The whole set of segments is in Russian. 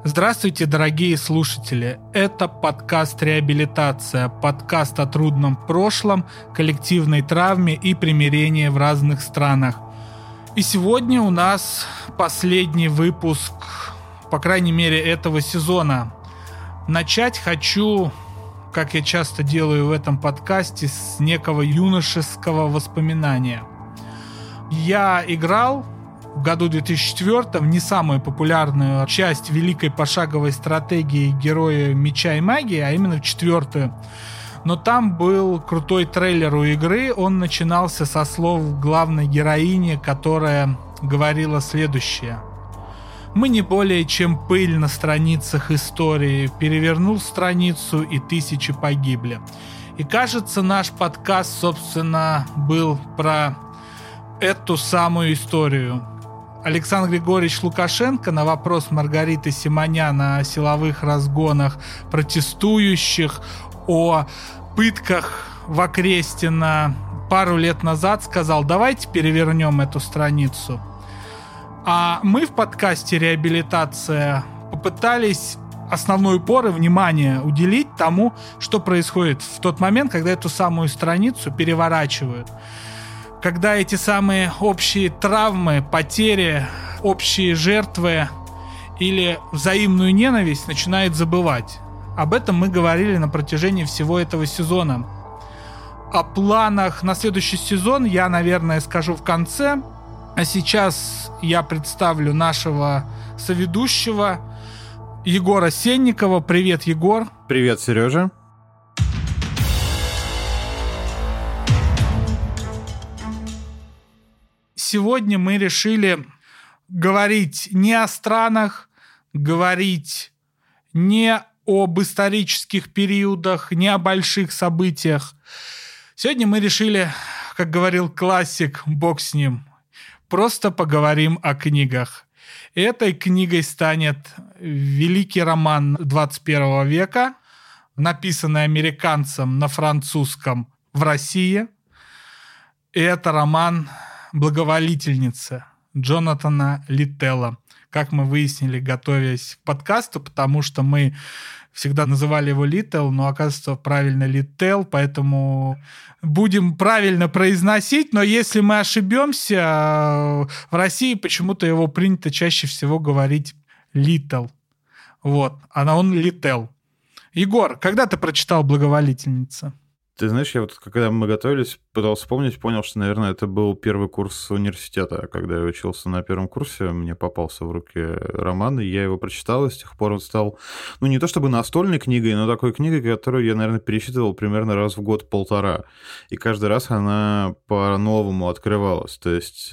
Здравствуйте, дорогие слушатели! Это подкаст «Реабилитация», подкаст о трудном прошлом, коллективной травме и примирении в разных странах. И сегодня у нас последний выпуск, по крайней мере, этого сезона. Начать хочу, как я часто делаю в этом подкасте, с некого юношеского воспоминания. Я играл в году 2004 не самую популярную часть великой пошаговой стратегии «Герои меча и магии», а именно в 4-ю. Но там был крутой трейлер у игры, он начинался со слов главной героини, которая говорила следующее. «Мы не более чем пыль на страницах истории, перевернул страницу, и тысячи погибли». И кажется, наш подкаст, собственно, был про эту самую историю. Александр Григорьевич Лукашенко на вопрос Маргариты Симонян о силовых разгонах протестующих, о пытках в Окрестино пару лет назад сказал: давайте перевернем эту страницу. А мы в подкасте «Реабилитация» попытались основной упор и внимание уделить тому, что происходит в тот момент, когда эту самую страницу переворачивают. Когда эти самые общие травмы, потери, общие жертвы или взаимную ненависть начинают забывать. Об этом мы говорили на протяжении всего этого сезона. О планах на следующий сезон я, наверное, скажу в конце. А сейчас я представлю нашего соведущего Егора Сенникова. Привет, Егор. Привет, Сережа. Сегодня мы решили говорить не о странах, говорить не об исторических периодах, не о больших событиях. Сегодня мы решили, как говорил классик, бог с ним, просто поговорим о книгах. И этой книгой станет великий роман 21 века, написанный американцем на французском в России. И это роман «Благоволительница» Джонатана Литтела. Как мы выяснили, готовясь к подкасту, потому что мы всегда называли его Литтл, но оказывается правильно Литтел, поэтому будем правильно произносить, но если мы ошибемся, в России почему-то его принято чаще всего говорить Литтл. Вот, а он Литтел. Егор, когда ты прочитал «Благоволительница»? Ты знаешь, я вот, когда мы готовились, пытался вспомнить, понял, что, наверное, это был первый курс университета. Когда я учился на первом курсе, мне попался в руки роман, и я его прочитал, и с тех пор он стал, не то чтобы настольной книгой, но такой книгой, которую я, наверное, перечитывал примерно раз в год-полтора. И каждый раз она по-новому открывалась. То есть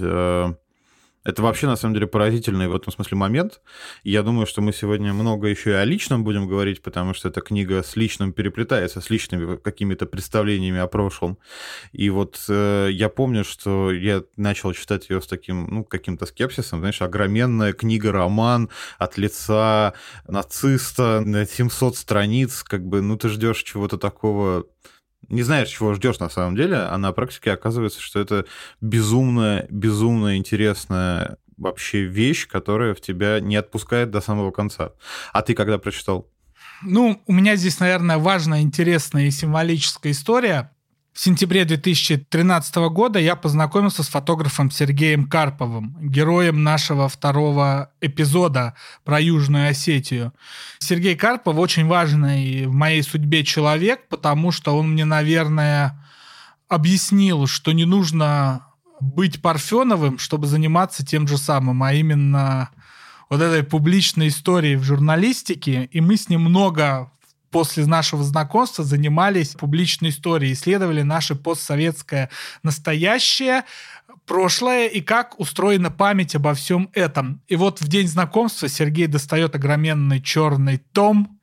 это вообще, на самом деле, поразительный в этом смысле момент. И я думаю, что мы сегодня много еще и о личном будем говорить, потому что эта книга с личным переплетается, с личными какими-то представлениями о прошлом. И вот я помню, что я начал читать ее с таким, каким-то скепсисом, знаешь, огроменная книга-роман от лица нациста на 700 страниц, ты ждешь чего-то такого. Не знаешь, чего ждешь на самом деле, а на практике оказывается, что это безумно интересная вообще вещь, которая в тебя не отпускает до самого конца. А ты когда прочитал? У меня здесь, наверное, важная, интересная и символическая история. В сентябре 2013 года я познакомился с фотографом Сергеем Карповым, героем нашего второго эпизода про Южную Осетию. Сергей Карпов очень важный в моей судьбе человек, потому что он мне, наверное, объяснил, что не нужно быть Парфеновым, чтобы заниматься тем же самым, а именно вот этой публичной историей в журналистике. И мы с ним много после нашего знакомства занимались публичной историей, исследовали наше постсоветское настоящее, прошлое и как устроена память обо всем этом. И вот в день знакомства Сергей достает огроменный черный том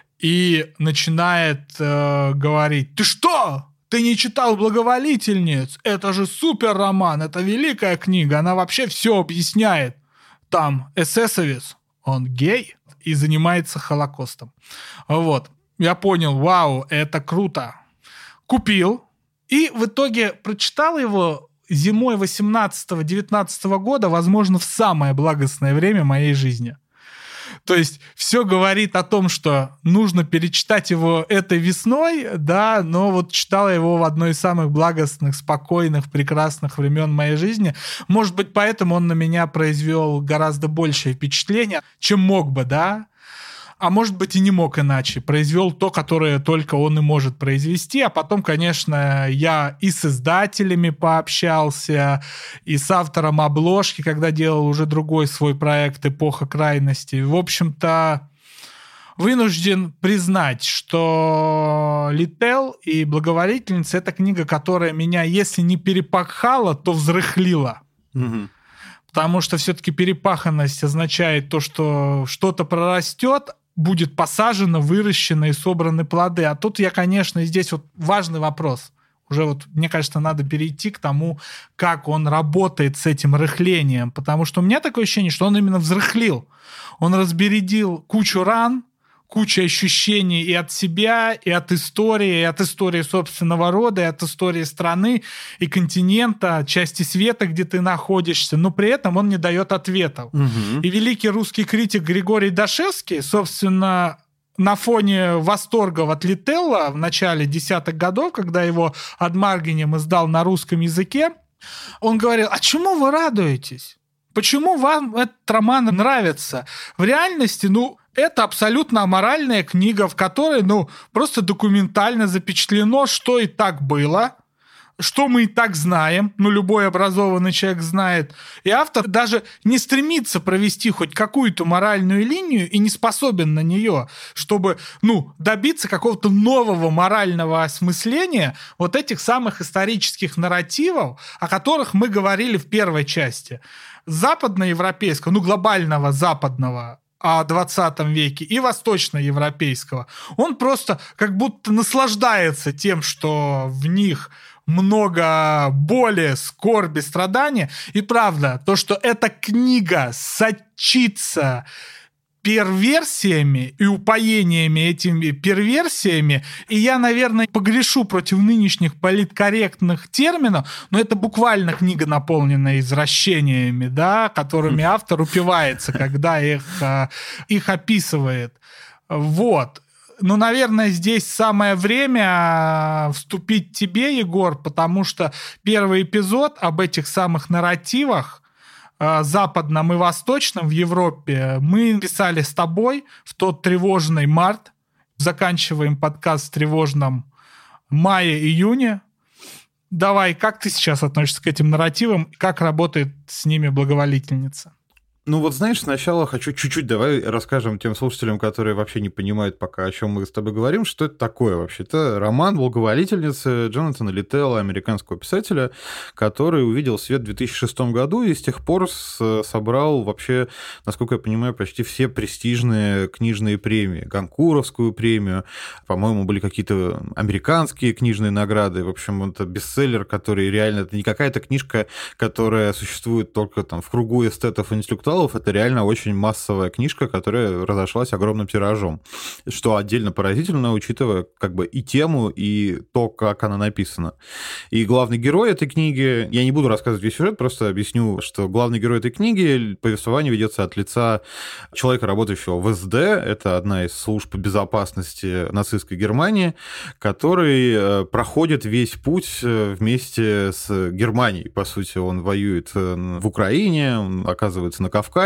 и начинает говорить: «Ты что? Ты не читал «Благоволительниц»? Это же супер-роман, это великая книга, она вообще все объясняет. Там эсэсовец, он гей и занимается Холокостом». Вот. Я понял, вау, это круто. Купил. И в итоге прочитал его зимой 18-19 года, возможно, в самое благостное время моей жизни. То есть все говорит о том, что нужно перечитать его этой весной, да, но вот читал я его в одно из самых благостных, спокойных, прекрасных времен моей жизни. Может быть, поэтому он на меня произвел гораздо большее впечатление, чем мог бы, да. А может быть, и не мог иначе. Произвел то, которое только он и может произвести. А потом, конечно, я и с издателями пообщался, и с автором обложки, когда делал уже другой свой проект «Эпоха крайностей». В общем-то, вынужден признать, что «Летел» и «Благоволительница» — это книга, которая меня, если не перепахала, то взрыхлила. Угу. Потому что все-таки перепаханность означает то, что что-то прорастет, будет посажено, выращено и собраны плоды. А тут я, конечно, здесь вот важный вопрос. Уже вот, мне кажется, надо перейти к тому, как он работает с этим рыхлением. Потому что у меня такое ощущение, что он именно взрыхлил. Он разбередил кучу ран, куча ощущений и от себя, и от истории собственного рода, и от истории страны, и континента, части света, где ты находишься, но при этом он не дает ответов. Угу. И великий русский критик Григорий Дашевский, собственно, на фоне восторга от Летелла в начале десятых годов, когда его Адмаргинем издал на русском языке, он говорил: а чему вы радуетесь? Почему вам этот роман нравится? В реальности, это абсолютно аморальная книга, в которой, просто документально запечатлено, что и так было, что мы и так знаем, любой образованный человек знает. И автор даже не стремится провести хоть какую-то моральную линию и не способен на нее, чтобы, добиться какого-то нового морального осмысления вот этих самых исторических нарративов, о которых мы говорили в первой части. Западноевропейского, глобального западного, о 20 веке и восточноевропейского. Он просто как будто наслаждается тем, что в них много боли, скорби, страдания. И правда, то, что эта книга сочится перверсиями и упоениями этими перверсиями, и я, наверное, погрешу против нынешних политкорректных терминов, но это буквально книга, наполненная извращениями, да, которыми автор упивается, когда их описывает. Вот. Наверное, здесь самое время вступить тебе, Егор, потому что первый эпизод об этих самых нарративах западном и восточном в Европе мы писали с тобой в тот тревожный март. Заканчиваем подкаст в тревожном мае-июне. Давай, как ты сейчас относишься к этим нарративам? Как работает с ними «Благоволительница»? Знаешь, сначала хочу чуть-чуть давай расскажем тем слушателям, которые вообще не понимают пока, о чем мы с тобой говорим, что это такое вообще. Это роман «Благоволительницы» Джонатана Летелла, американского писателя, который увидел свет в 2006 году и с тех пор собрал вообще, насколько я понимаю, почти все престижные книжные премии. Гонкуровскую премию, по-моему, были какие-то американские книжные награды. В общем, это бестселлер, который реально... Это не какая-то книжка, которая существует только там в кругу эстетов и интеллектуалов. Это реально очень массовая книжка, которая разошлась огромным тиражом, что отдельно поразительно, учитывая и тему, и то, как она написана. И главный герой этой книги, я не буду рассказывать весь сюжет, просто объясню, что главный герой этой книги, повествование ведется от лица человека, работающего в СД, это одна из служб безопасности нацистской Германии, который проходит весь путь вместе с Германией. По сути, он воюет в Украине, он оказывается на Кавказе,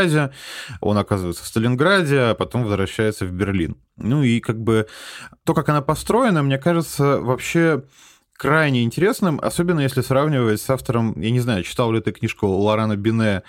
он оказывается в Сталинграде, а потом возвращается в Берлин. И то, как она построена, мне кажется, вообще крайне интересным, особенно если сравнивать с автором, я не знаю, читал ли ты книжку Лорана Бине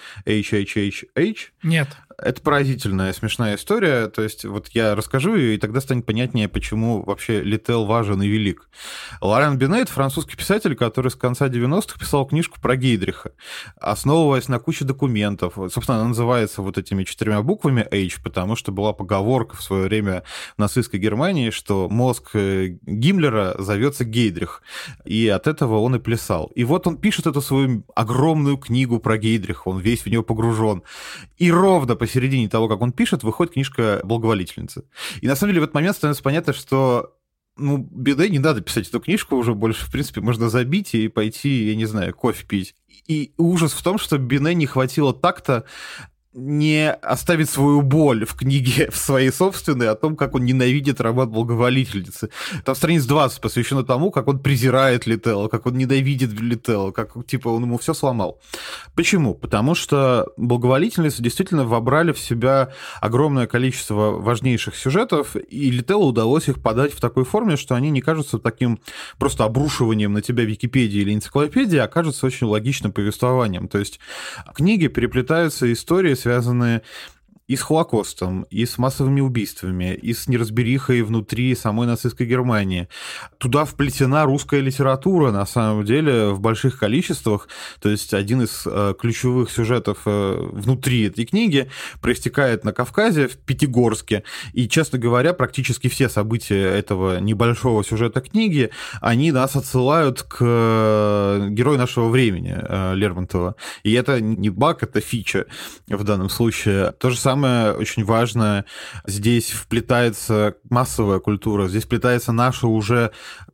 «HHHH»? Нет. Это поразительная, смешная история. То есть я расскажу ее, и тогда станет понятнее, почему вообще Летел важен и велик. Лоран Бине — это французский писатель, который с конца 90-х писал книжку про Гейдриха, основываясь на куче документов. Собственно, она называется этими 4 буквами H, потому что была поговорка в свое время в нацистской Германии, что мозг Гиммлера зовется Гейдрих, и от этого он и плясал. И он пишет эту свою огромную книгу про Гейдриха, он весь в нее погружен. И ровно посередине того, как он пишет, выходит книжка «Благоволительница». И на самом деле в этот момент становится понятно, что Бине не надо писать эту книжку уже больше, в принципе, можно забить и пойти, я не знаю, кофе пить. И ужас в том, что Бине не хватило такта не оставит свою боль в книге в своей собственной о том, как он ненавидит роман «Благоволительницы». Там страниц 20 посвящено тому, как он презирает Летелло, как он ненавидит Летелло, как, типа, он ему все сломал. Почему? Потому что «Благоволительницы» действительно вобрали в себя огромное количество важнейших сюжетов, и Летелло удалось их подать в такой форме, что они не кажутся таким просто обрушиванием на тебя Википедии или энциклопедии, а кажутся очень логичным повествованием. То есть в книге переплетаются истории, связанные и с Холокостом, и с массовыми убийствами, и с неразберихой внутри самой нацистской Германии. Туда вплетена русская литература, на самом деле, в больших количествах. То есть один из ключевых сюжетов внутри этой книги проистекает на Кавказе, в Пятигорске. И, честно говоря, практически все события этого небольшого сюжета книги, они нас отсылают к герою нашего времени, Лермонтова. И это не баг, это фича в данном случае. То же самое очень важно, здесь вплетается массовая культура, здесь вплетается наша уже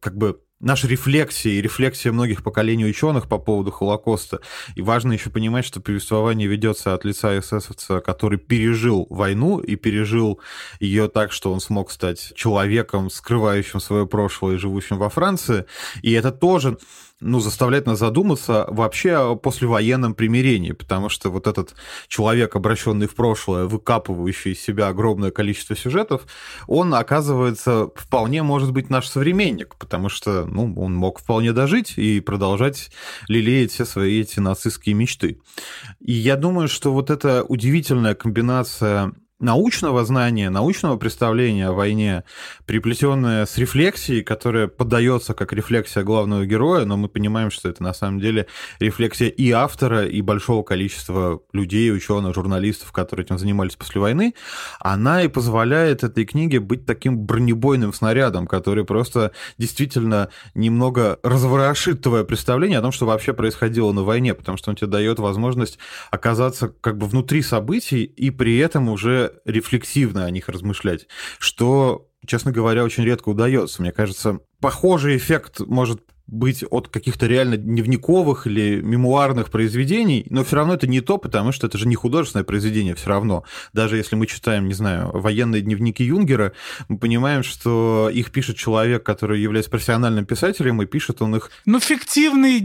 наша рефлексия и рефлексия многих поколений ученых по поводу Холокоста. И важно еще понимать, что повествование ведется от лица эсэсовца, который пережил войну и пережил ее так, что он смог стать человеком, скрывающим свое прошлое и живущим во Франции. И это тоже заставляет нас задуматься вообще о послевоенном примирении, потому что вот этот человек, обращенный в прошлое, выкапывающий из себя огромное количество сюжетов, он, оказывается, вполне может быть наш современник, потому что он мог вполне дожить и продолжать лелеять все свои эти нацистские мечты. И я думаю, что вот эта удивительная комбинация научного знания, научного представления о войне, приплетенная с рефлексией, которая подается как рефлексия главного героя, но мы понимаем, что это на самом деле рефлексия и автора, и большого количества людей, ученых, журналистов, которые этим занимались после войны, она и позволяет этой книге быть таким бронебойным снарядом, который просто действительно немного разворошит твое представление о том, что вообще происходило на войне, потому что он тебе дает возможность оказаться внутри событий и при этом уже рефлексивно о них размышлять, что, честно говоря, очень редко удается. Мне кажется, похожий эффект может быть от каких-то реально дневниковых или мемуарных произведений, но все равно это не то, потому что это же не художественное произведение все равно. Даже если мы читаем, не знаю, военные дневники Юнгера, мы понимаем, что их пишет человек, который является профессиональным писателем, и пишет он их... Фиктивные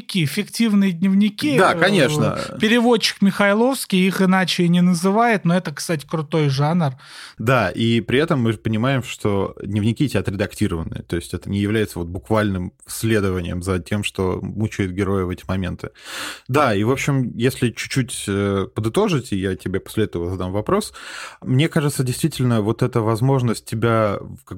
дневники. Да, конечно. Переводчик Михайловский их иначе не называет, но это, кстати, крутой жанр. Да, и при этом мы понимаем, что дневники эти отредактированы, то есть это не является буквальным следованием за тем, что мучает героя в эти моменты. Да, и, в общем, если чуть-чуть подытожить, и я тебе после этого задам вопрос, мне кажется, действительно, вот эта возможность тебя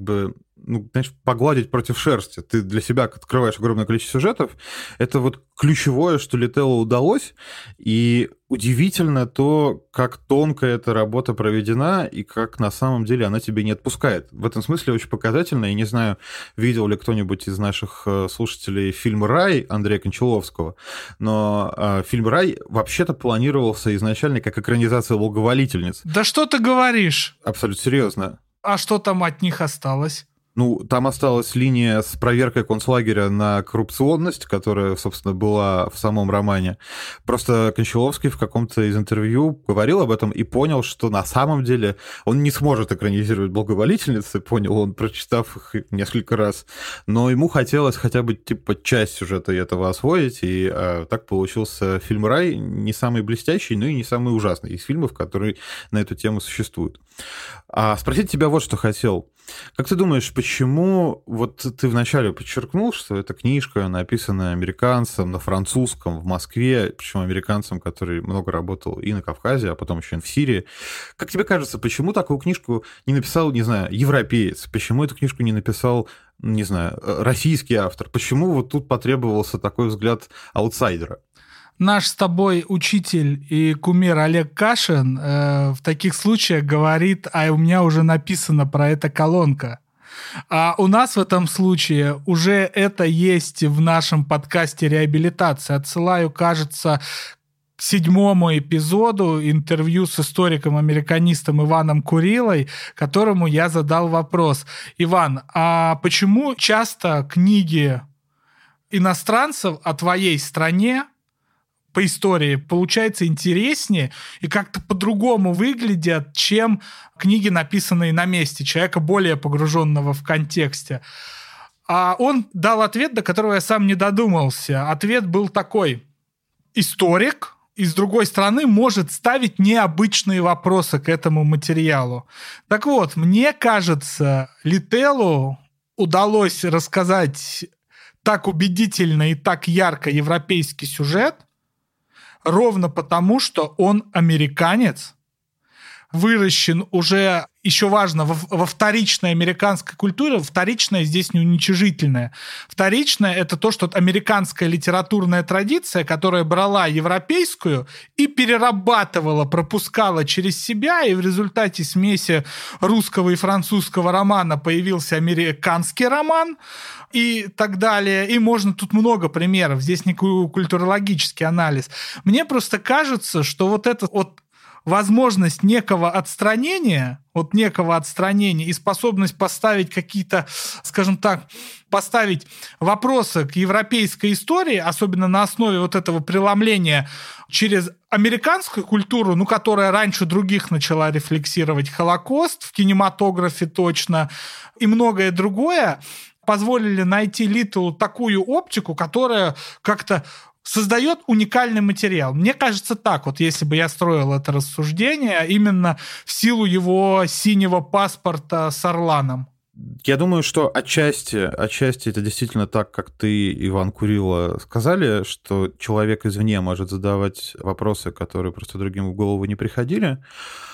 погладить против шерсти. Ты для себя открываешь огромное количество сюжетов. Это ключевое, что Летелло удалось, и удивительно то, как тонко эта работа проведена, и как на самом деле она тебя не отпускает. В этом смысле очень показательно. Я не знаю, видел ли кто-нибудь из наших слушателей фильм «Рай» Андрея Кончаловского, но фильм «Рай» вообще-то планировался изначально как экранизация «Благоволительниц». Да что ты говоришь? Абсолютно серьезно. А что там от них осталось? Там осталась линия с проверкой концлагеря на коррупционность, которая, собственно, была в самом романе. Просто Кончаловский в каком-то из интервью говорил об этом и понял, что на самом деле он не сможет экранизировать «Благоволительницы», понял он, прочитав их несколько раз. Но ему хотелось хотя бы часть сюжета этого освоить, и так получился фильм «Рай», не самый блестящий, но и не самый ужасный из фильмов, которые на эту тему существуют. А спросить тебя вот что хотел. Как ты думаешь, почему ты вначале подчеркнул, что эта книжка написана американцем на французском в Москве, причем американцем, который много работал и на Кавказе, а потом еще и в Сирии. Как тебе кажется, почему такую книжку не написал, не знаю, европеец? Почему эту книжку не написал, не знаю, российский автор? Почему тут потребовался такой взгляд аутсайдера? Наш с тобой учитель и кумир Олег Кашин в таких случаях говорит: а у меня уже написано про это колонка. А у нас в этом случае уже это есть в нашем подкасте «Реабилитация». Отсылаю, кажется, к 7-му эпизоду интервью с историком-американистом Иваном Курилой, которому я задал вопрос: Иван, а почему часто книги иностранцев о твоей стране по истории получается интереснее и как-то по-другому выглядят, чем книги, написанные на месте, человека более погруженного в контексте. А он дал ответ, до которого я сам не додумался. Ответ был такой: историк, и с другой стороны, может ставить необычные вопросы к этому материалу. Так вот, мне кажется, Лителлу удалось рассказать так убедительно и так ярко европейский сюжет ровно потому, что он американец, выращен уже, еще важно, во вторичной американской культуре. Вторичная здесь не уничижительная. Вторичная — это то, что американская литературная традиция, которая брала европейскую и перерабатывала, пропускала через себя, и в результате смеси русского и французского романа появился американский роман и так далее. И можно тут много примеров. Здесь не культурологический анализ. Мне просто кажется, что вот это вот возможность некого отстранения и способность поставить какие-то, скажем так, поставить вопросы к европейской истории, особенно на основе вот этого преломления через американскую культуру, которая раньше других начала рефлексировать Холокост, в кинематографе точно, и многое другое, позволили найти Лителлу такую оптику, которая как-то создает уникальный материал. Мне кажется так, вот если бы я строил это рассуждение, именно в силу его синего паспорта с орланом. Я думаю, что отчасти это действительно так, как ты, Иван Курило, сказали, что человек извне может задавать вопросы, которые просто другим в голову не приходили.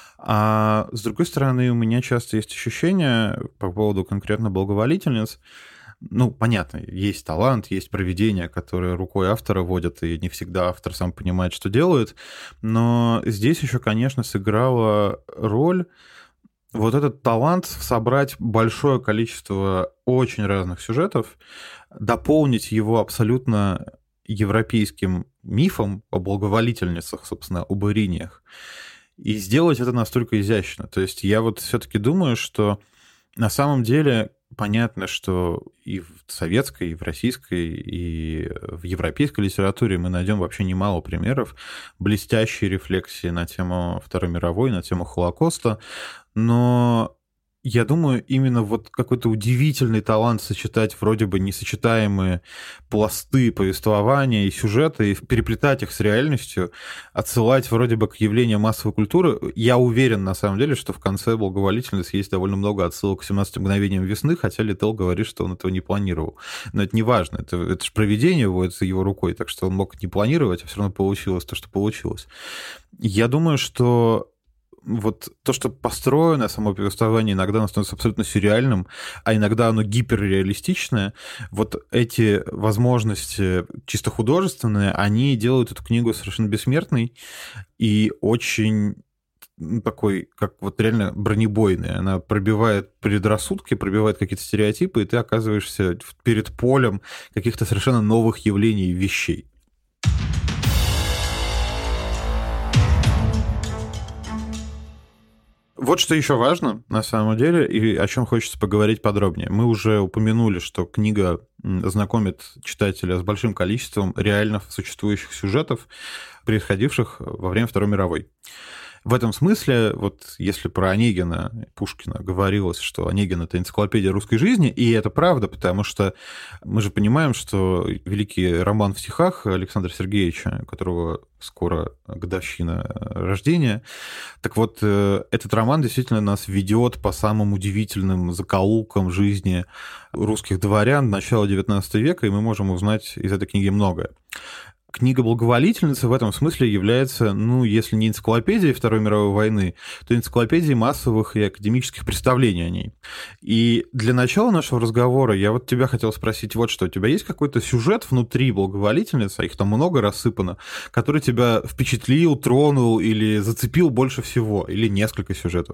А с другой стороны, у меня часто есть ощущение по поводу конкретно благоволительниц. Понятно, есть талант, есть провидение, которое рукой автора водят, и не всегда автор сам понимает, что делает. Но здесь еще, конечно, сыграла роль вот этот талант собрать большое количество очень разных сюжетов, дополнить его абсолютно европейским мифом о благоволительницах, собственно, об ириниях, и сделать это настолько изящно. То есть я вот все-таки думаю, что на самом деле понятно, что и в советской, и в российской, и в европейской литературе мы найдем вообще немало примеров блестящей рефлексии на тему Второй мировой, на тему Холокоста, но я думаю, именно вот какой-то удивительный талант сочетать вроде бы несочетаемые пласты повествования и сюжета, и переплетать их с реальностью, отсылать вроде бы к явлению массовой культуры. Я уверен, на самом деле, что в конце «Благоволительниц» есть довольно много отсылок к 17 мгновениям весны, хотя Лителл говорит, что он этого не планировал. Но это не важно, это же провидение вводится его рукой, так что он мог не планировать, а все равно получилось то, что получилось. Я думаю, что вот то, что построено, само повествование иногда оно становится абсолютно сюрреальным, а иногда оно гиперреалистичное, вот эти возможности чисто художественные, они делают эту книгу совершенно бессмертной и очень такой, как вот реально бронебойной. Она пробивает предрассудки, пробивает какие-то стереотипы, и ты оказываешься перед полем каких-то совершенно новых явлений и вещей. Вот что еще важно, на самом деле, и о чем хочется поговорить подробнее. Мы уже упомянули, что книга знакомит читателя с большим количеством реально существующих сюжетов, происходивших во время Второй мировой. В этом смысле, вот если про Онегина, Пушкина говорилось, что Онегин — это энциклопедия русской жизни, и это правда, потому что мы же понимаем, что великий роман в стихах Александра Сергеевича, которого скоро годовщина рождения, так вот, этот роман действительно нас ведет по самым удивительным закоулкам жизни русских дворян начала XIX века, и мы можем узнать из этой книги многое. Книга «Благоволительница» в этом смысле является, если не энциклопедией Второй мировой войны, то энциклопедией массовых и академических представлений о ней. И для начала нашего разговора я вот тебя хотел спросить вот что. У тебя есть какой-то сюжет внутри «Благоволительницы», их там много рассыпано, который тебя впечатлил, тронул или зацепил больше всего, или несколько сюжетов?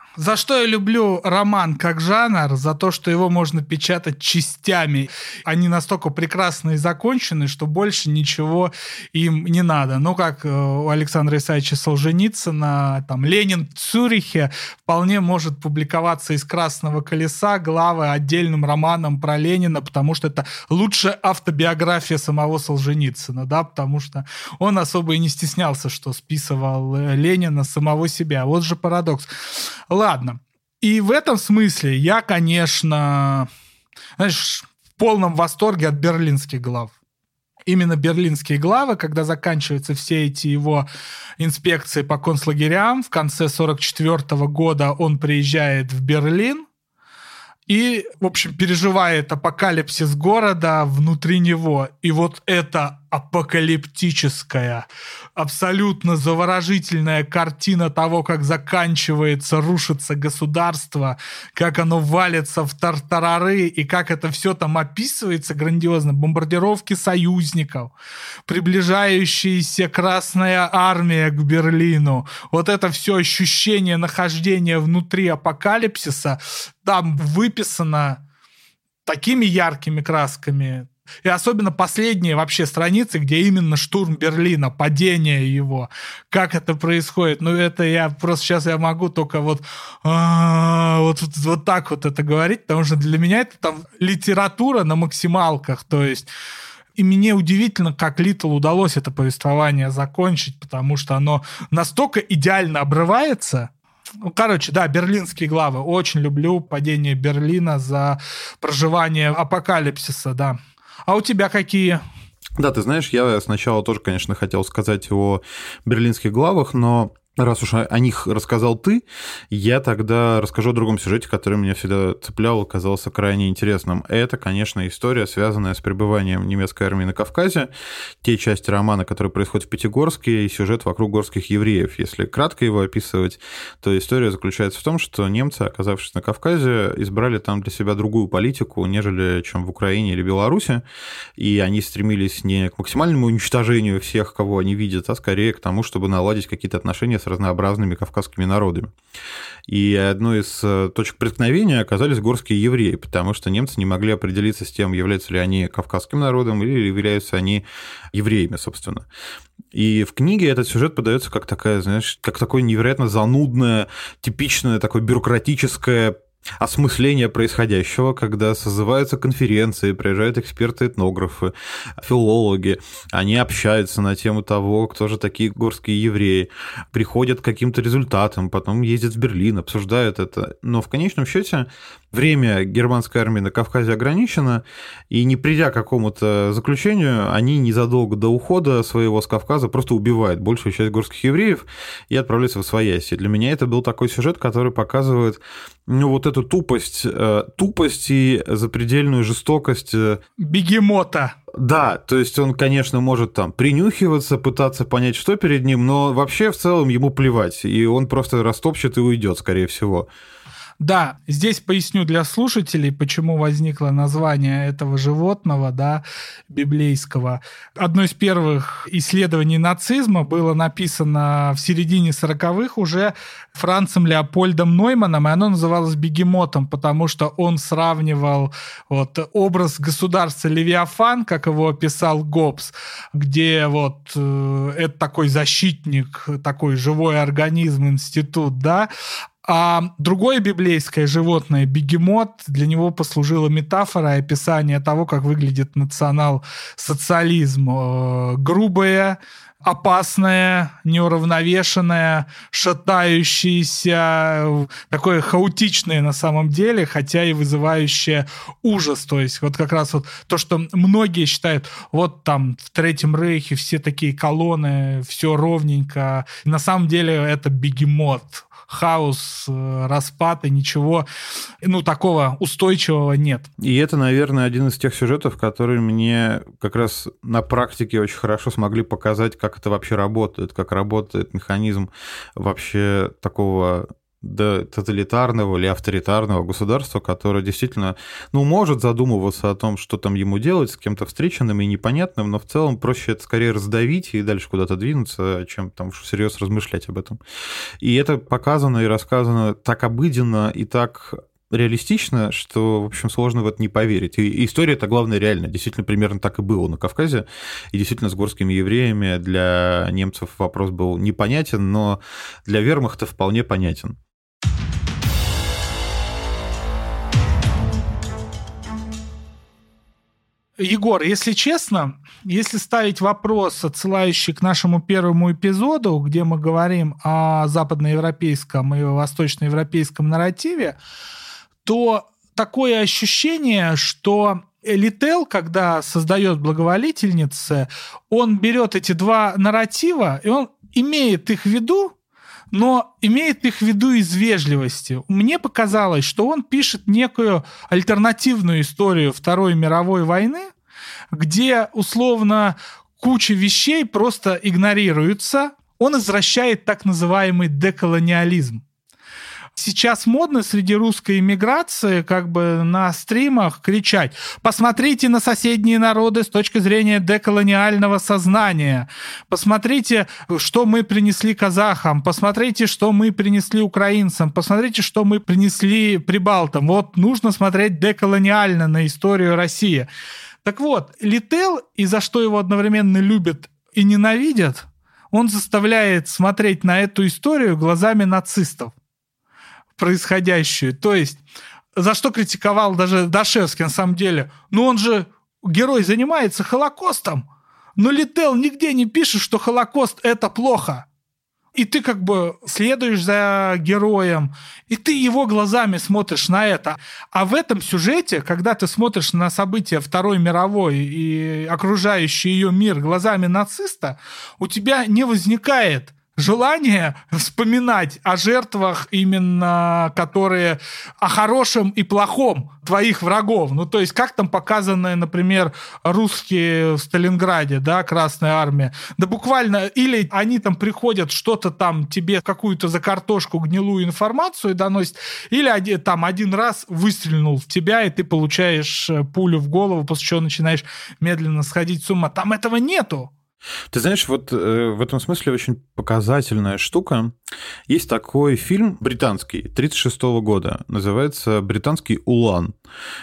За что я люблю роман как жанр? За то, что его можно печатать частями. Они настолько прекрасны и закончены, что больше ничего им не надо. Ну, как у Александра Исаевича Солженицына, там, «Ленин в Цюрихе» вполне может публиковаться из «Красного колеса» главы отдельным романом про Ленина, потому что это лучшая автобиография самого Солженицына, да, потому что он особо и не стеснялся, что списывал Ленина самого себя. Вот же парадокс. Ладно. И в этом смысле я, конечно, знаешь, в полном восторге от берлинских глав. Именно берлинские главы, когда заканчиваются все эти его инспекции по концлагерям, в конце 1944 года он приезжает в Берлин и, в общем, переживает апокалипсис города внутри него. И вот эта апокалиптическая, абсолютно заворожительная картина того, как заканчивается, рушится государство, как оно валится в тартарары, и как это все там описывается грандиозно. Бомбардировки союзников, приближающаяся Красная Армия к Берлину. Вот это все ощущение нахождения внутри апокалипсиса там выписано такими яркими красками. И особенно последние вообще страницы, где именно штурм Берлина, падение его, как это происходит. Ну, это я просто сейчас я могу только вот так вот это говорить, потому что для меня это там литература на максималках, то есть. И мне удивительно, как Литтл удалось это повествование закончить, потому что оно настолько идеально обрывается. Ну, короче, да, берлинские главы. Очень люблю «Падение Берлина» за проживание апокалипсиса, да. А у тебя какие? Да, ты знаешь, я сначала тоже, конечно, хотел сказать о берлинских главах, но раз уж о них рассказал ты, я тогда расскажу о другом сюжете, который меня всегда цеплял и казался крайне интересным. Это, конечно, история, связанная с пребыванием немецкой армии на Кавказе, те части романа, которые происходят в Пятигорске, и сюжет вокруг горских евреев. Если кратко его описывать, то история заключается в том, что немцы, оказавшись на Кавказе, избрали там для себя другую политику, нежели чем в Украине или Беларуси, и они стремились не к максимальному уничтожению всех, кого они видят, а скорее к тому, чтобы наладить какие-то отношения с разнообразными кавказскими народами. И одной из точек преткновения оказались горские евреи, потому что немцы не могли определиться с тем, являются ли они кавказским народом или являются они евреями, собственно. И в книге этот сюжет подается как такая, знаешь, как такое невероятно занудное, типичное такое бюрократическое осмысление происходящего, когда созываются конференции, приезжают эксперты-этнографы, филологи, они общаются на тему того, кто же такие горские евреи, приходят к каким-то результатам, потом ездят в Берлин, обсуждают это. Но в конечном счете время германской армии на Кавказе ограничено, и не придя к какому-то заключению, они незадолго до ухода своего с Кавказа просто убивают большую часть горских евреев и отправляются в освояси. Для меня это был такой сюжет, который показывает вот эту тупость и запредельную жестокость бегемота. Да, то есть он, конечно, может там принюхиваться, пытаться понять, что перед ним, но вообще в целом ему плевать, и он просто растопчет и уйдет, скорее всего. Да, здесь поясню для слушателей, почему возникло название этого животного, да, библейского. Одно из первых исследований нацизма было написано в середине 40-х уже Францем Леопольдом Нойманом, и оно называлось «Бегемотом», потому что он сравнивал вот образ государства Левиафан, как его описал Гоббс, где вот это такой защитник, такой живой организм, институт, да, а другое библейское животное, бегемот, для него послужила метафора и описание того, как выглядит национал-социализм. Грубое, опасное, неуравновешенное, шатающееся, такое хаотичное на самом деле, хотя и вызывающее ужас. То есть вот как раз вот то, что многие считают, вот там в Третьем Рейхе все такие колонны, все ровненько. На самом деле это бегемот. Хаос, распад, и ничего, такого устойчивого нет. И это, наверное, один из тех сюжетов, которые мне как раз на практике очень хорошо смогли показать, как это вообще работает, как работает механизм вообще такого до тоталитарного или авторитарного государства, которое действительно, может задумываться о том, что там ему делать, с кем-то встреченным и непонятным, но в целом проще это скорее раздавить и дальше куда-то двинуться, чем там всерьез размышлять об этом. И это показано и рассказано так обыденно и так реалистично, что, в общем, сложно в это не поверить. И история это главное, реально. Действительно, примерно так и было на Кавказе. И действительно, с горскими евреями для немцев вопрос был непонятен, но для вермахта вполне понятен. Егор, если честно, если ставить вопрос, отсылающий к нашему первому эпизоду, где мы говорим о западноевропейском и восточноевропейском нарративе, то такое ощущение, что Литтел, когда создает «Благоволительницы», он берет эти два нарратива, и он имеет их в виду, но имеет их в виду из вежливости. Мне показалось, что он пишет некую альтернативную историю Второй мировой войны, где, условно, куча вещей просто игнорируются. Он извращает так называемый деколониализм. Сейчас модно среди русской эмиграции на стримах кричать: посмотрите на соседние народы с точки зрения деколониального сознания, посмотрите, что мы принесли казахам, посмотрите, что мы принесли украинцам, посмотрите, что мы принесли прибалтам. Вот нужно смотреть деколониально на историю России. Так вот, Литтел, и за что его одновременно любят и ненавидят, он заставляет смотреть на эту историю глазами нацистов, происходящую. То есть, за что критиковал даже Дашевский, на самом деле. Он же, герой, занимается Холокостом, но Литтел нигде не пишет, что Холокост — это плохо. И ты следуешь за героем, и ты его глазами смотришь на это. А в этом сюжете, когда ты смотришь на события Второй мировой и окружающий ее мир глазами нациста, у тебя не возникает желание вспоминать о жертвах, именно которые о хорошем и плохом твоих врагов. То есть, как там показаны, например, русские в Сталинграде, да, Красная армия. Да буквально, или они там приходят, что-то там тебе, какую-то за картошку гнилую информацию доносят, или один раз выстрелил в тебя, и ты получаешь пулю в голову, после чего начинаешь медленно сходить с ума. Там этого нету. Ты знаешь, вот в этом смысле очень показательная штука. Есть такой фильм британский 1936 года, называется «Британский Улан».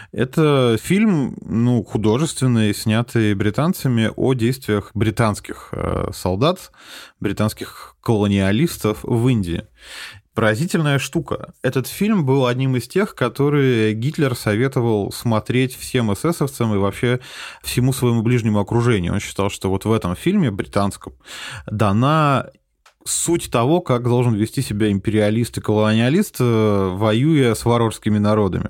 Это фильм, художественный, снятый британцами о действиях британских солдат, британских колониалистов в Индии. Поразительная штука. Этот фильм был одним из тех, которые Гитлер советовал смотреть всем эсэсовцам и вообще всему своему ближнему окружению. Он считал, что вот в этом фильме британском дана суть того, как должен вести себя империалист и колониалист, воюя с варварскими народами.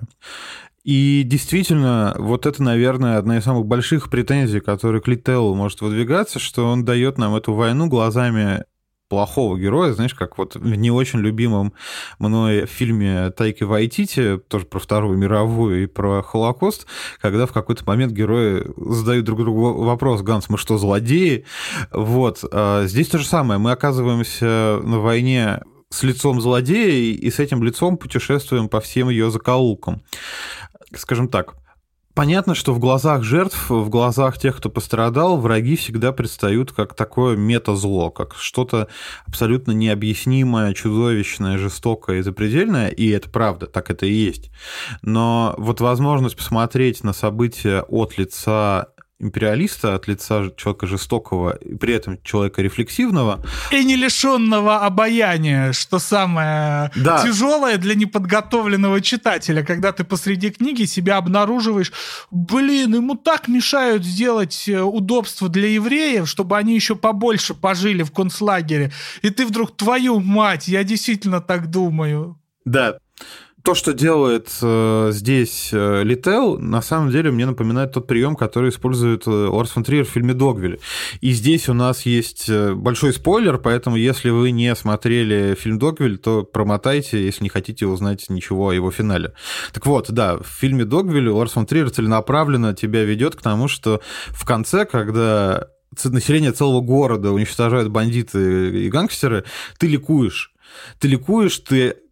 И действительно, вот это, наверное, одна из самых больших претензий, которая к Литтелу может выдвигаться, что он дает нам эту войну глазами плохого героя, знаешь, как вот в не очень любимом мной фильме Тайки Вайтити, тоже про Вторую мировую и про Холокост, когда в какой-то момент герои задают друг другу вопрос: «Ганс, мы что, злодеи?» Вот. Здесь то же самое. Мы оказываемся на войне с лицом злодея и с этим лицом путешествуем по всем ее закоулкам. Скажем так, понятно, что в глазах жертв, в глазах тех, кто пострадал, враги всегда предстают как такое мета-зло, как что-то абсолютно необъяснимое, чудовищное, жестокое и запредельное, и это правда, так это и есть. Но вот возможность посмотреть на события от лица империалиста, от лица человека жестокого и при этом человека рефлексивного. И не лишенного обаяния, что самое тяжелое для неподготовленного читателя, когда ты посреди книги себя обнаруживаешь: ему так мешают сделать удобства для евреев, чтобы они еще побольше пожили в концлагере. И ты вдруг: твою мать, я действительно так думаю. Да. То, что делает здесь Литтел, на самом деле мне напоминает тот прием, который использует Ларс фон Триер в фильме «Догвилль». И здесь у нас есть большой спойлер, поэтому если вы не смотрели фильм «Догвилль», то промотайте, если не хотите узнать ничего о его финале. Так вот, да, в фильме «Догвилль» Ларс фон Триер целенаправленно тебя ведет к тому, что в конце, когда население целого города уничтожают бандиты и гангстеры, ты ликуешь. Ты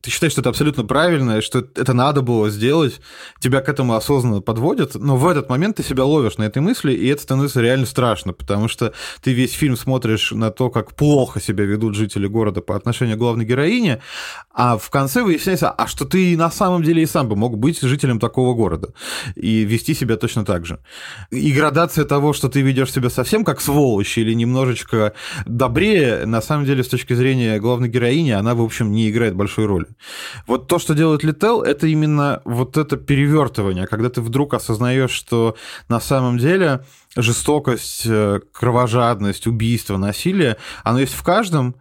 ты считаешь, что это абсолютно правильно, что это надо было сделать, тебя к этому осознанно подводят, но в этот момент ты себя ловишь на этой мысли, и это становится реально страшно, потому что ты весь фильм смотришь на то, как плохо себя ведут жители города по отношению к главной героине, а в конце выясняется, а что ты на самом деле и сам бы мог быть жителем такого города и вести себя точно так же. И градация того, что ты ведешь себя совсем как сволочь или немножечко добрее, на самом деле, с точки зрения главной героини, она, в общем, не играет большой роли. Вот то, что делает Литтл, это именно вот это перевертывание, когда ты вдруг осознаешь, что на самом деле жестокость, кровожадность, убийство, насилие, оно есть в каждом,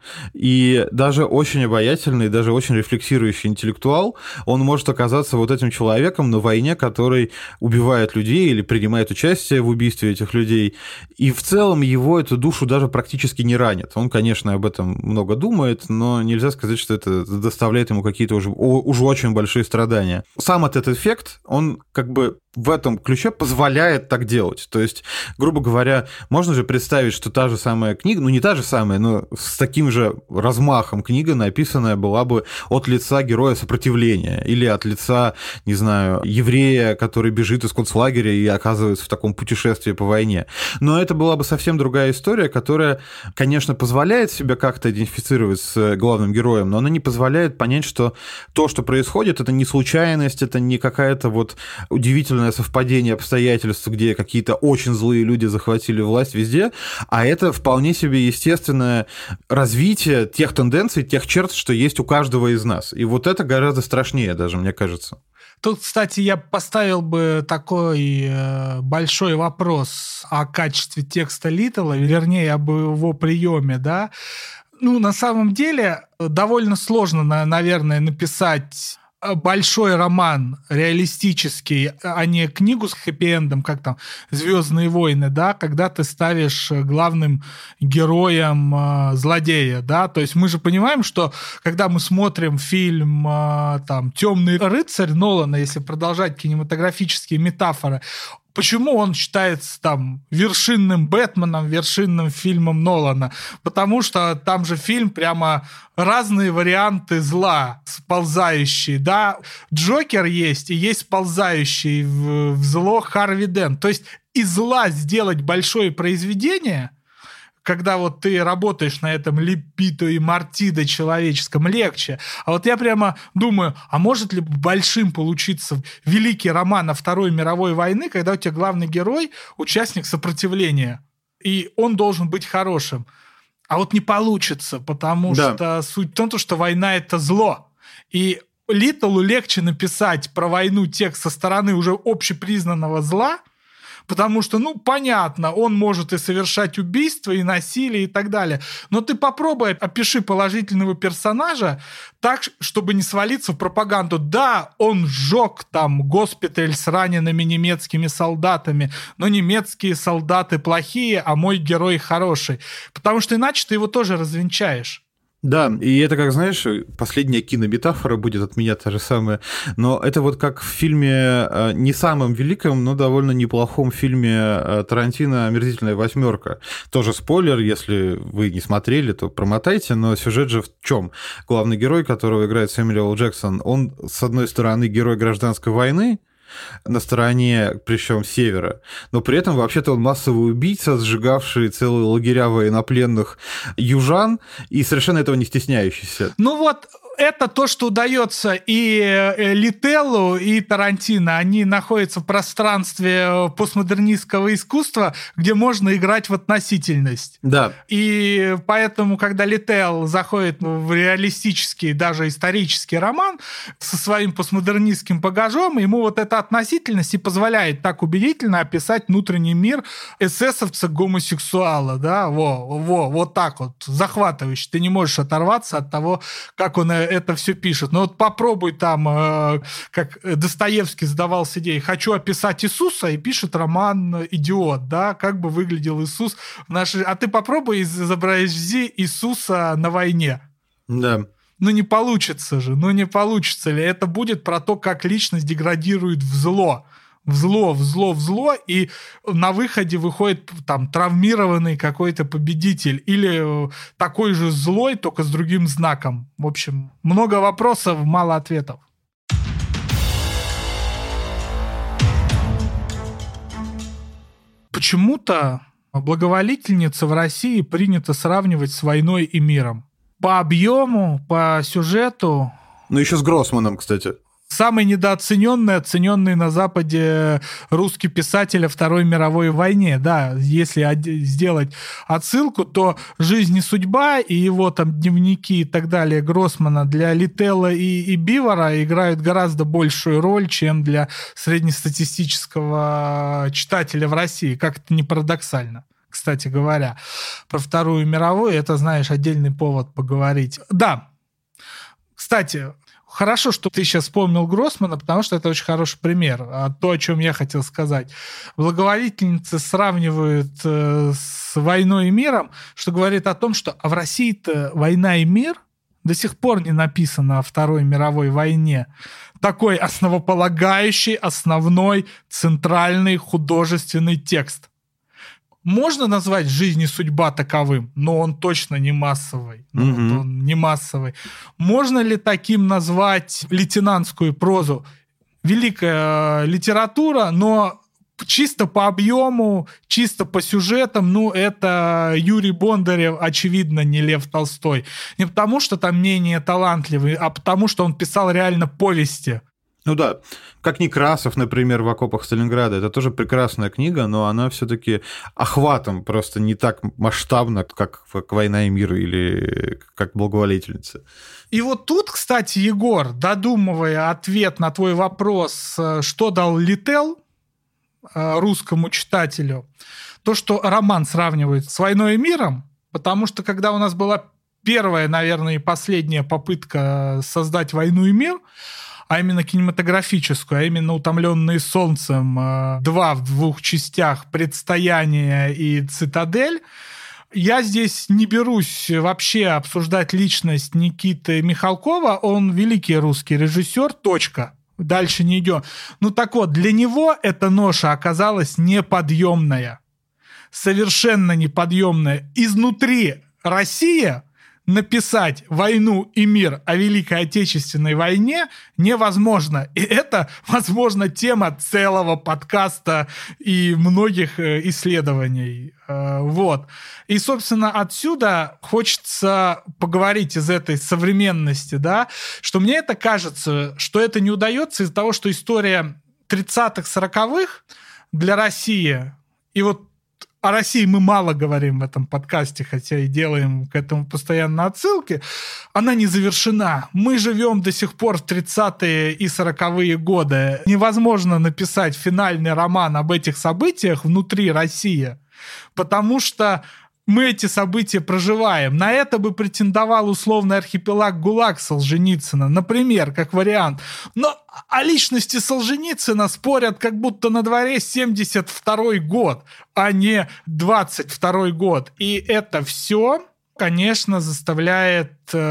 и даже очень обаятельный, даже очень рефлексирующий интеллектуал, он может оказаться вот этим человеком на войне, который убивает людей или принимает участие в убийстве этих людей, и в целом его эту душу даже практически не ранит. Он, конечно, об этом много думает, но нельзя сказать, что это доставляет ему какие-то уже очень большие страдания. Сам этот эффект, он как бы в этом ключе позволяет так делать. То есть, грубо говоря, можно же представить, что та же самая книга, ну не та же самая, но с таким же размахом книга написанная была бы от лица героя сопротивления или от лица, не знаю, еврея, который бежит из концлагеря и оказывается в таком путешествии по войне. Но это была бы совсем другая история, которая, конечно, позволяет себя как-то идентифицировать с главным героем, но она не позволяет понять, что то, что происходит, это не случайность, это не какая-то вот удивительная совпадение обстоятельств, где какие-то очень злые люди захватили власть везде, а это вполне себе естественное развитие тех тенденций, тех черт, что есть у каждого из нас. И вот это гораздо страшнее даже, мне кажется. Тут, кстати, я поставил бы такой большой вопрос о качестве текста Литтла, вернее, об его приеме, да. Ну, на самом деле, довольно сложно, наверное, написать большой роман реалистический, а не книгу с хэппи-эндом, как там «Звездные войны», да, когда ты ставишь главным героем злодея, да, то есть мы же понимаем, что когда мы смотрим фильм там «Темный рыцарь» Нолана, если продолжать кинематографические метафоры, почему он считается там вершинным Бэтменом, вершинным фильмом Нолана? Потому что там же фильм прямо разные варианты зла, сползающие, да. Джокер есть, и есть сползающий в зло Харви Дент. То есть из зла сделать большое произведение, когда вот ты работаешь на этом либидо и мартидо человеческом, легче. А вот я прямо думаю, а может ли большим получиться великий роман о Второй мировой войны, когда у тебя главный герой — участник сопротивления, и он должен быть хорошим. А вот не получится, потому что суть в том, что война — это зло. И Литтлу легче написать про войну текст со стороны уже общепризнанного зла, потому что, ну, понятно, он может и совершать убийства, и насилие, и так далее. Но ты попробуй опиши положительного персонажа так, чтобы не свалиться в пропаганду. Да, он сжег там госпиталь с ранеными немецкими солдатами, но немецкие солдаты плохие, а мой герой хороший. Потому что иначе ты его тоже развенчаешь. Да, и это, как знаешь, последняя кинометафора будет от меня та же самая, но это вот как в фильме, не самом великом, но довольно неплохом фильме Тарантино «Омерзительная восьмерка». Тоже спойлер, если вы не смотрели, то промотайте, но сюжет же в чем? Главный герой, которого играет Сэмюэл Л. Джексон, он, с одной стороны, герой гражданской войны, на стороне, причем севера, но при этом вообще-то он массовый убийца, сжигавший целые лагеря военнопленных южан и совершенно этого не стесняющийся. Ну вот, это то, что удается и Литтеллу, и Тарантино. Они находятся в пространстве постмодернистского искусства, где можно играть в относительность. Да. И поэтому, когда Литтл заходит в реалистический, даже исторический роман со своим постмодернистским багажом, ему вот эта относительность и позволяет так убедительно описать внутренний мир эсэсовца-гомосексуала. Да? Вот так вот, захватывающе. Ты не можешь оторваться от того, как он это все пишет. Но вот попробуй там, как Достоевский задавался идеей, хочу описать Иисуса, и пишет роман «Идиот», да, как бы выглядел Иисус в нашей... А ты попробуй изобрази Иисуса на войне. Да. Ну не получится же, ну не получится ли? Это будет про то, как личность деградирует в зло. в зло, и на выходе выходит там травмированный какой-то победитель или такой же злой, только с другим знаком. В общем, много вопросов, мало ответов. Почему-то благоволительница в России принято сравнивать с «Войной и миром». По объему, по сюжету... Ну, еще с Гроссманом, кстати. Самый недооцененный, оцененный на Западе русский писатель о Второй мировой войне. Да, если сделать отсылку, то «Жизнь и судьба» и его там дневники и так далее Гроссмана для Литтелла и Бивора играют гораздо большую роль, чем для среднестатистического читателя в России. Как это ни парадоксально. Кстати говоря, про Вторую мировую, это, знаешь, отдельный повод поговорить. Да, кстати, хорошо, что ты сейчас вспомнил Гроссмана, потому что это очень хороший пример. То, о чем я хотел сказать. Благоволительницы сравнивают с «Войной и миром», что говорит о том, что в России-то «Война и мир» до сих пор не написано о Второй мировой войне. Такой основополагающий, основной, центральный художественный текст. Можно назвать «Жизнь и судьба» таковым, но он точно не массовый. Он не массовый. Можно ли таким назвать лейтенантскую прозу? Великая литература, но чисто по объему, чисто по сюжетам, это Юрий Бондарев, очевидно, не Лев Толстой. Не потому, что там менее талантливый, а потому, что он писал реально повести. Ну да, как Некрасов, например, «В окопах Сталинграда». Это тоже прекрасная книга, но она все-таки охватом просто не так масштабна, как «Война и мир» или как «Благоволительница». И вот тут, кстати, Егор, додумывая ответ на твой вопрос, что дал Литтелл русскому читателю, то, что роман сравнивает с «Войной и миром», потому что когда у нас была первая, наверное, и последняя попытка создать «Войну и мир», а именно кинематографическую, а именно «Утомленные солнцем», 2 в 2 частях, «Предстояние» и «Цитадель». Я здесь не берусь вообще обсуждать личность Никиты Михалкова, он великий русский режиссер, точка. Дальше не идем. Так вот, для него эта ноша оказалась неподъемная. Совершенно неподъемная. Изнутри Россия написать «Войну и мир» о Великой Отечественной войне невозможно. И это, возможно, тема целого подкаста и многих исследований. Вот. И, собственно, отсюда хочется поговорить из этой современности, да, что мне это кажется, что это не удается из-за того, что история 30-х, 40-х для России, и вот о России мы мало говорим в этом подкасте, хотя и делаем к этому постоянно отсылки, она не завершена. Мы живем до сих пор в 30-е и 40-е годы. Невозможно написать финальный роман об этих событиях внутри России, потому что мы эти события проживаем. На это бы претендовал условный архипелаг ГУЛАГ Солженицына, например, как вариант. Но о личности Солженицына спорят, как будто на дворе 72-й год, а не 22-й год. И это все, конечно, заставляет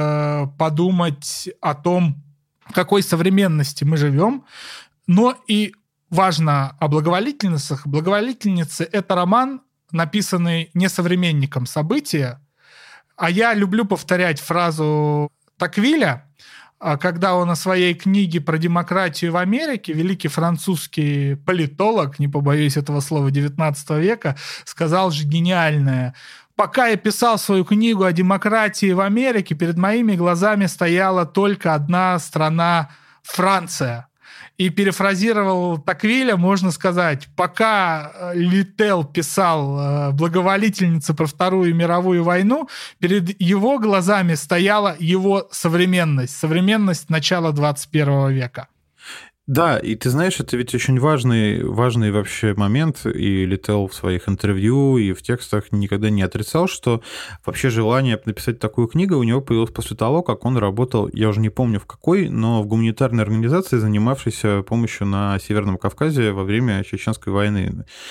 подумать о том, в какой современности мы живем. Но и важно о благоволительницах. «Благоволительницы» — это роман, написанный не современником события. А я люблю повторять фразу Таквиля, когда он о своей книге про демократию в Америке, великий французский политолог, не побоюсь этого слова, 19 века, сказал же гениальное: «Пока я писал свою книгу о демократии в Америке, перед моими глазами стояла только одна страна — Франция». И перефразировал Таквиля, можно сказать, пока Литтелл писал «Благоволительница» про Вторую мировую войну, перед его глазами стояла его современность начала 21 века. Да, и ты знаешь, это ведь очень важный вообще момент, и Литтелл в своих интервью и в текстах никогда не отрицал, что вообще желание написать такую книгу у него появилось после того, как он работал, я уже не помню в какой, но в гуманитарной организации, занимавшейся помощью на Северном Кавказе во время Чеченской войны.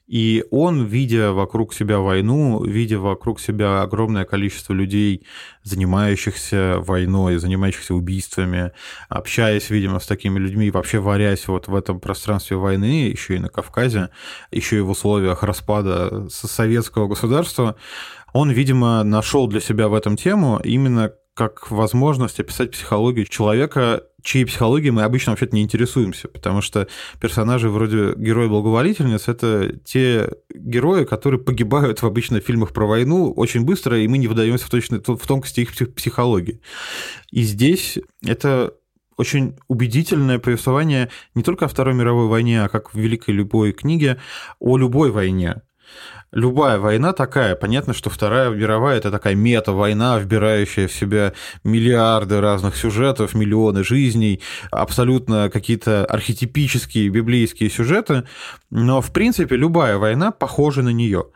И он, видя вокруг себя войну, видя вокруг себя огромное количество людей, занимающихся войной, занимающихся убийствами, общаясь, видимо, с такими людьми, вообще варясь вот в этом пространстве войны, еще и на Кавказе, еще и в условиях распада советского государства, он, видимо, нашел для себя в этом тему именно как возможность описать психологию человека, чьей психологией мы обычно вообще-то не интересуемся, потому что персонажи вроде героя-благоволительниц — это те герои, которые погибают в обычных фильмах про войну очень быстро, и мы не вдаемся в тонкости их психологии. И здесь это очень убедительное повествование не только о Второй мировой войне, а как в великой любой книге о любой войне. Любая война такая. Понятно, что Вторая мировая — это такая мета-война, вбирающая в себя миллиарды разных сюжетов, миллионы жизней, абсолютно какие-то архетипические библейские сюжеты, но, в принципе, любая война похожа на нее.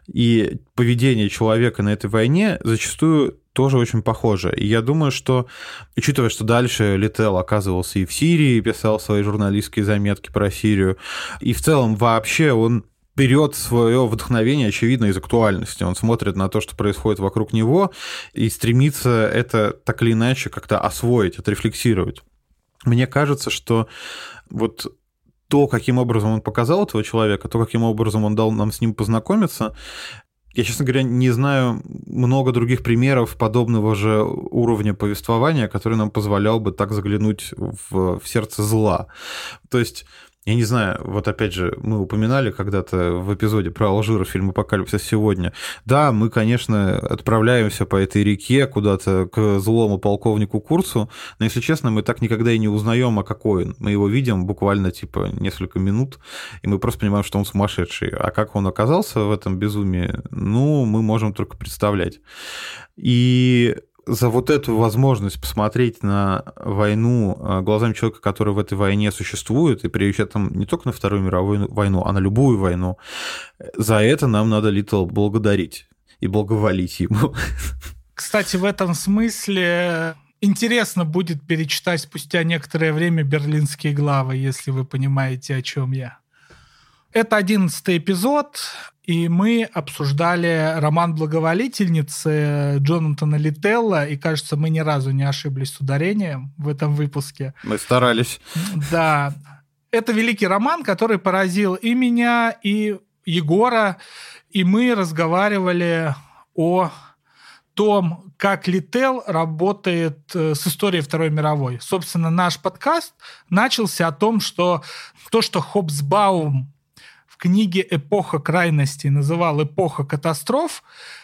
И поведение человека на этой войне зачастую тоже очень похоже. И я думаю, что, учитывая, что дальше Литтел оказывался и в Сирии, писал свои журналистские заметки про Сирию, и в целом вообще он берет свое вдохновение, очевидно, из актуальности. Он смотрит на то, что происходит вокруг него, и стремится это так или иначе как-то освоить, отрефлексировать. Мне кажется, что вот то, каким образом он показал этого человека, то, каким образом он дал нам с ним познакомиться, я, честно говоря, не знаю много других примеров подобного же уровня повествования, который нам позволял бы так заглянуть в сердце зла. То есть, я не знаю, вот опять же, мы упоминали когда-то в эпизоде про Алжир, фильм «Апокалипсис сегодня». Да, мы, конечно, отправляемся по этой реке куда-то к злому полковнику Курцу, но, если честно, мы так никогда и не узнаем, а какой он. Мы его видим буквально типа несколько минут, и мы просто понимаем, что он сумасшедший. А как он оказался в этом безумии, ну, мы можем только представлять. И за вот эту возможность посмотреть на войну глазами человека, который в этой войне существует, и при этом не только на Вторую мировую войну, а на любую войну, за это нам надо Литтл благодарить и благоволить ему. Кстати, в этом смысле интересно будет перечитать спустя некоторое время «Берлинские главы», если вы понимаете, о чем я. Это 11-й эпизод, и мы обсуждали роман «Благоволительницы» Джонатана Литтелла, и, кажется, мы ни разу не ошиблись с ударением в этом выпуске. Мы старались. Да. Это великий роман, который поразил и меня, и Егора, и мы разговаривали о том, как Литтел работает с историей Второй мировой. Собственно, наш подкаст начался о том, что то, что Хобсбаум в книге «Эпоха крайностей» называл «эпоха катастроф»,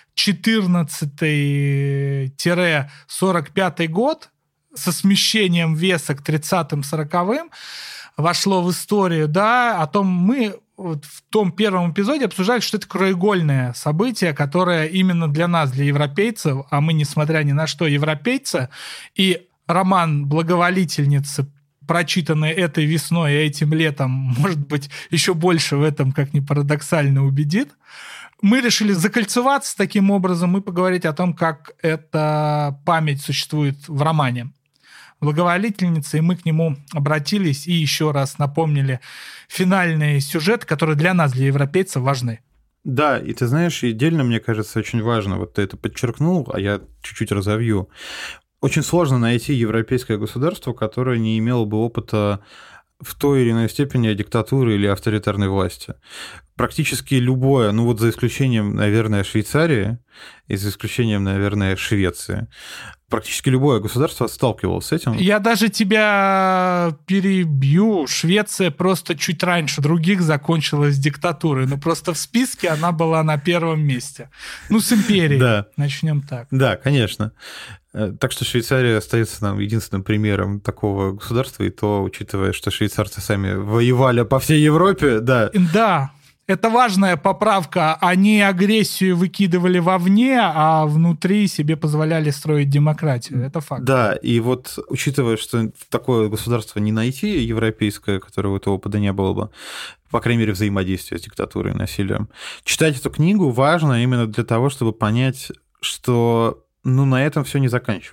14-45 год, со смещением веса к 30-40-м, вошло в историю, да, о том мы вот в том первом эпизоде обсуждали, что это краеугольное событие, которое именно для нас, для европейцев, а мы, несмотря ни на что, европейцы, и роман «Благоволительницы», прочитанный этой весной и этим летом, может быть, еще больше в этом, как ни парадоксально, убедит. Мы решили закольцеваться таким образом и поговорить о том, как эта память существует в романе «Благоволительница», и мы к нему обратились и еще раз напомнили финальный сюжет, который для нас, для европейцев, важны. Да, и ты знаешь, отдельно, мне кажется, очень важно, вот ты это подчеркнул, а я чуть-чуть разовью. Очень сложно найти европейское государство, которое не имело бы опыта в той или иной степени диктатуры или авторитарной власти. Практически любое, ну вот за исключением, наверное, Швейцарии и за исключением, наверное, Швеции, практически любое государство сталкивалось с этим. Я даже тебя перебью. Швеция просто чуть раньше других закончилась диктатурой. Но просто в списке она была на первом месте. Ну, с империей. Да. Начнем так. Да, конечно. Так что Швейцария остается нам единственным примером такого государства, и то, учитывая, что швейцарцы сами воевали по всей Европе, да. Да. Это важная поправка. Они агрессию выкидывали вовне, а внутри себе позволяли строить демократию. Это факт. Да, и вот учитывая, что такое государство не найти, европейское, которого этого опыта не было бы, по крайней мере, взаимодействия с диктатурой и насилием, читать эту книгу важно именно для того, чтобы понять, что на этом все не заканчивается.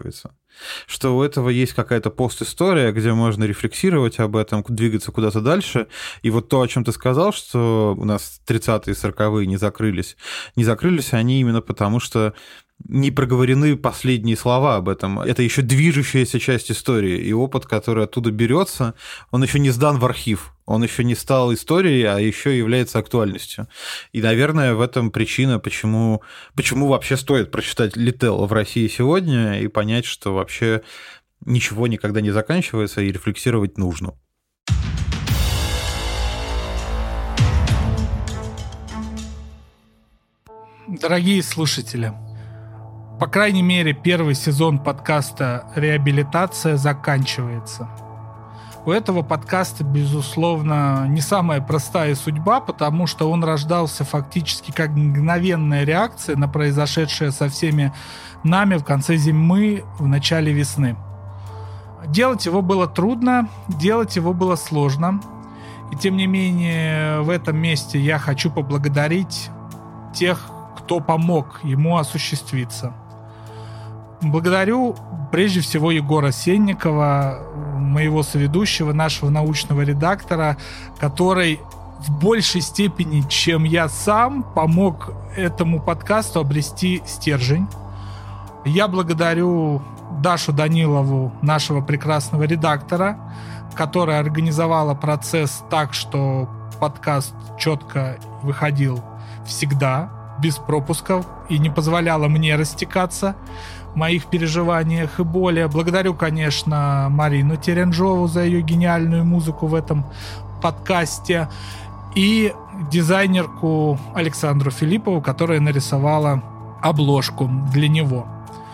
что у этого есть какая-то постистория, где можно рефлексировать об этом, двигаться куда-то дальше. И вот то, о чем ты сказал, что у нас 30-е и 40-е не закрылись они именно потому, что не проговорены последние слова об этом. Это еще движущаяся часть истории, и опыт, который оттуда берется, он еще не сдан в архив, он еще не стал историей, а еще является актуальностью. И, наверное, в этом причина, почему вообще стоит прочитать Литтл в России сегодня и понять, что вообще ничего никогда не заканчивается, и рефлексировать нужно. Дорогие слушатели, по крайней мере, первый сезон подкаста «Реабилитация» заканчивается. У этого подкаста, безусловно, не самая простая судьба, потому что он рождался фактически как мгновенная реакция на произошедшее со всеми нами в конце зимы, в начале весны. Делать его было трудно, делать его было сложно. И тем не менее, в этом месте я хочу поблагодарить тех, кто помог ему осуществиться. Благодарю прежде всего Егора Сенникова, моего соведущего, нашего научного редактора, который в большей степени, чем я сам, помог этому подкасту обрести стержень. Я благодарю Дашу Данилову, нашего прекрасного редактора, которая организовала процесс так, что подкаст четко выходил всегда, без пропусков, и не позволяла мне растекаться в моих переживаниях и боли. Благодарю, конечно, Марину Теренжову за ее гениальную музыку в этом подкасте и дизайнерку Александру Филиппову, которая нарисовала обложку для него.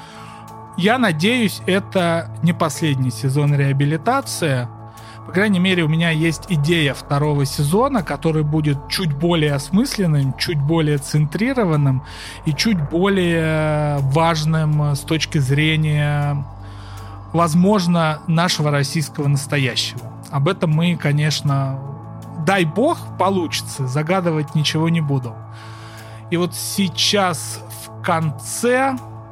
Я надеюсь, это не последний сезон реабилитации. По крайней мере, у меня есть идея второго сезона, который будет чуть более осмысленным, чуть более центрированным и чуть более важным с точки зрения, возможно, нашего российского настоящего. Об этом мы, конечно, дай бог, получится, загадывать ничего не буду. И вот сейчас в конце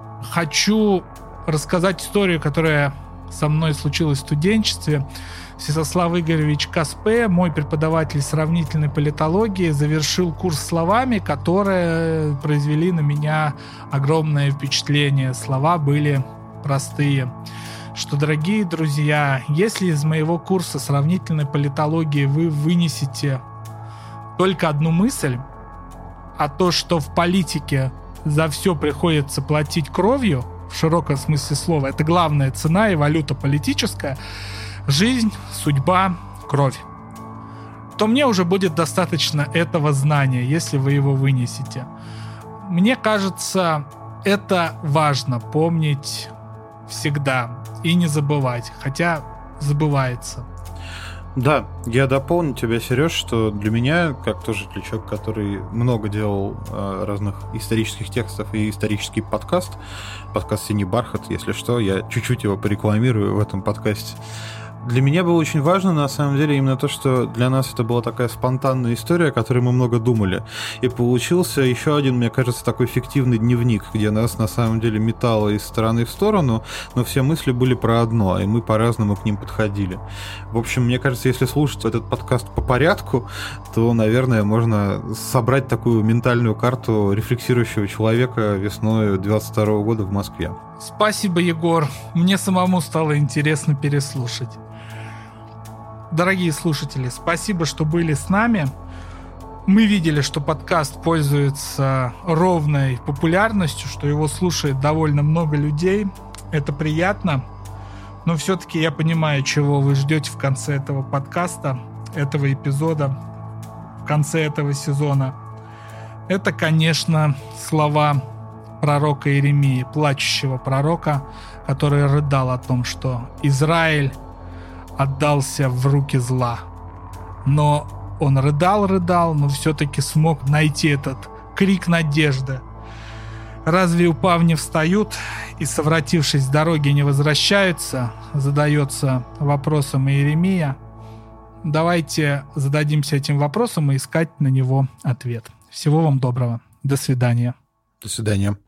хочу рассказать историю, которая со мной случилась в студенчестве. Святослав Игоревич Каспе, мой преподаватель сравнительной политологии, завершил курс словами, которые произвели на меня огромное впечатление. Слова были простые. Что, дорогие друзья, если из моего курса сравнительной политологии вы вынесете только одну мысль, а то, что в политике за все приходится платить кровью, в широком смысле слова, это главная цена и валюта политическая, жизнь, судьба, кровь, то мне уже будет достаточно этого знания, если вы его вынесете. Мне кажется, это важно помнить всегда и не забывать, хотя забывается. Да, я дополню тебя, Сереж, что для меня, как тоже человек, который много делал разных исторических текстов и исторический подкаст «Синий бархат», если что, я чуть-чуть его порекламирую в этом подкасте. Для меня было очень важно, на самом деле, именно то, что для нас это была такая спонтанная история, о которой мы много думали. И получился еще один, мне кажется, такой фиктивный дневник, где нас, на самом деле, метало из стороны в сторону, но все мысли были про одно, и мы по-разному к ним подходили. В общем, мне кажется, если слушать этот подкаст по порядку, то, наверное, можно собрать такую ментальную карту рефлексирующего человека весной 22 года в Москве. Спасибо, Егор. Мне самому стало интересно переслушать. Дорогие слушатели, спасибо, что были с нами. Мы видели, что подкаст пользуется ровной популярностью, что его слушает довольно много людей. Это приятно. Но все-таки я понимаю, чего вы ждете в конце этого подкаста, этого эпизода, в конце этого сезона. Это, конечно, слова пророка Иеремии, плачущего пророка, который рыдал о том, что Израиль отдался в руки зла. Но он рыдал, но все-таки смог найти этот крик надежды. Разве упав не встают и, совратившись с дороги, не возвращаются? Задается вопросом Иеремия. Давайте зададимся этим вопросом и искать на него ответ. Всего вам доброго. До свидания. До свидания.